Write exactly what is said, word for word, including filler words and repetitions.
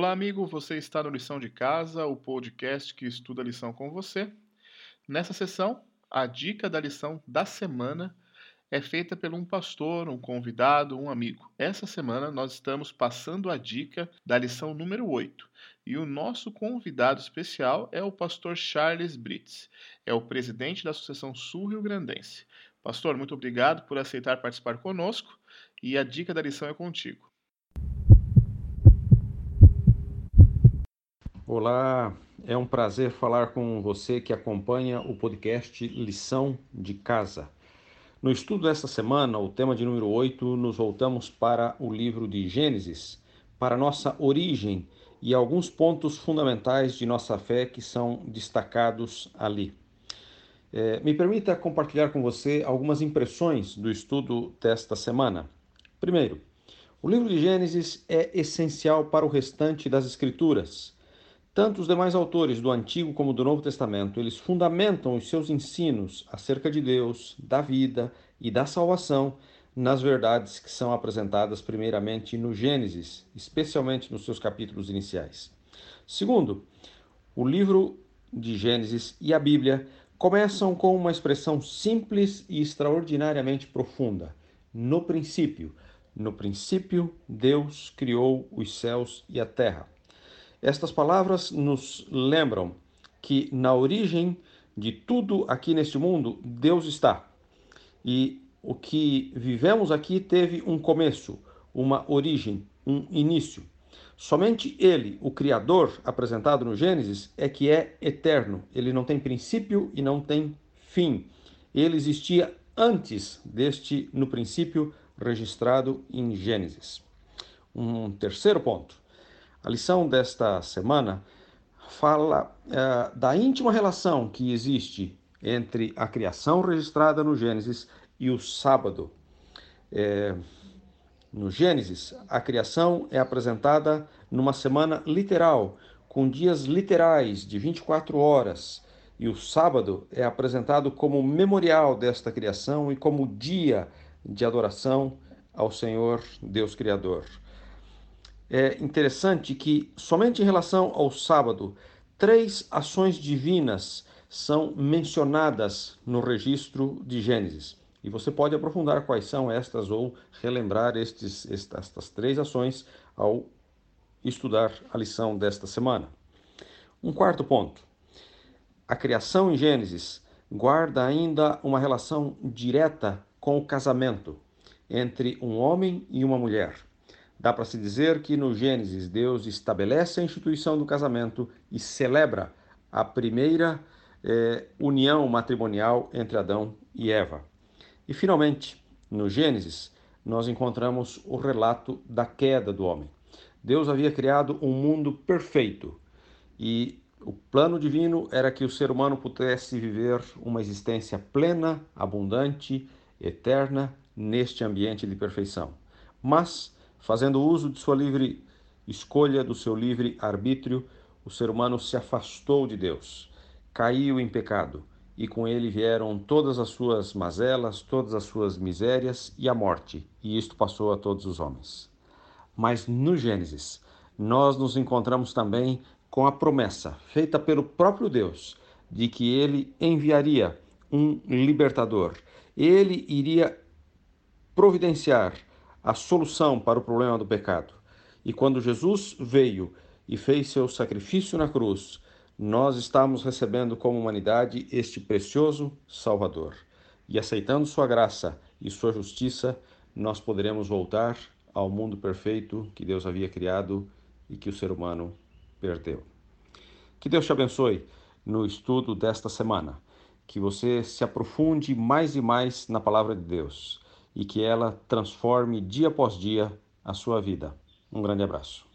Olá, amigo. Você está no Lição de Casa, o podcast que estuda a lição com você. Nessa sessão, a dica da lição da semana é feita por um pastor, um convidado, um amigo. Essa semana nós estamos passando a dica da lição número oito. E o nosso convidado especial é o pastor Charles Brits. É o presidente da Associação Sul-Rio-Grandense. Pastor, muito obrigado por aceitar participar conosco e a dica da lição é contigo. Olá, é um prazer falar com você que acompanha o podcast Lição de Casa. No estudo desta semana, o tema de número oito, nos voltamos para o livro de Gênesis, para nossa origem e alguns pontos fundamentais de nossa fé que são destacados ali. É, me permita compartilhar com você algumas impressões do estudo desta semana. Primeiro, o livro de Gênesis é essencial para o restante das Escrituras. Tanto os demais autores do Antigo como do Novo Testamento, eles fundamentam os seus ensinos acerca de Deus, da vida e da salvação nas verdades que são apresentadas primeiramente no Gênesis, especialmente nos seus capítulos iniciais. Segundo, o livro de Gênesis e a Bíblia começam com uma expressão simples e extraordinariamente profunda. No princípio. No princípio, Deus criou os céus e a terra. Estas palavras nos lembram que na origem de tudo aqui neste mundo, Deus está. E o que vivemos aqui teve um começo, uma origem, um início. Somente Ele, o Criador, apresentado no Gênesis, é que é eterno. Ele não tem princípio e não tem fim. Ele existia antes deste, no princípio, registrado em Gênesis. Um terceiro ponto. A lição desta semana fala uh, da íntima relação que existe entre a criação registrada no Gênesis e o sábado. É, no Gênesis, a criação é apresentada numa semana literal, com dias literais de vinte e quatro horas, e o sábado é apresentado como memorial desta criação e como dia de adoração ao Senhor Deus Criador. É interessante que, somente em relação ao sábado, três ações divinas são mencionadas no registro de Gênesis. E você pode aprofundar quais são estas ou relembrar estes, estas três ações ao estudar a lição desta semana. Um quarto ponto. A criação em Gênesis guarda ainda uma relação direta com o casamento entre um homem e uma mulher. Dá para se dizer que no Gênesis Deus estabelece a instituição do casamento e celebra a primeira eh, união matrimonial entre Adão e Eva. E finalmente, no Gênesis, nós encontramos o relato da queda do homem. Deus havia criado um mundo perfeito e o plano divino era que o ser humano pudesse viver uma existência plena, abundante, eterna neste ambiente de perfeição. Mas fazendo uso de sua livre escolha, do seu livre arbítrio, o ser humano se afastou de Deus, caiu em pecado, e com ele vieram todas as suas mazelas, todas as suas misérias e a morte, e isto passou a todos os homens. Mas no Gênesis, nós nos encontramos também com a promessa feita pelo próprio Deus de que ele enviaria um libertador. Ele iria providenciar a solução para o problema do pecado. E quando Jesus veio e fez seu sacrifício na cruz, nós estamos recebendo como humanidade este precioso Salvador. E aceitando sua graça e sua justiça, nós poderemos voltar ao mundo perfeito que Deus havia criado e que o ser humano perdeu. Que Deus te abençoe no estudo desta semana. Que você se aprofunde mais e mais na palavra de Deus e que ela transforme dia após dia a sua vida. Um grande abraço.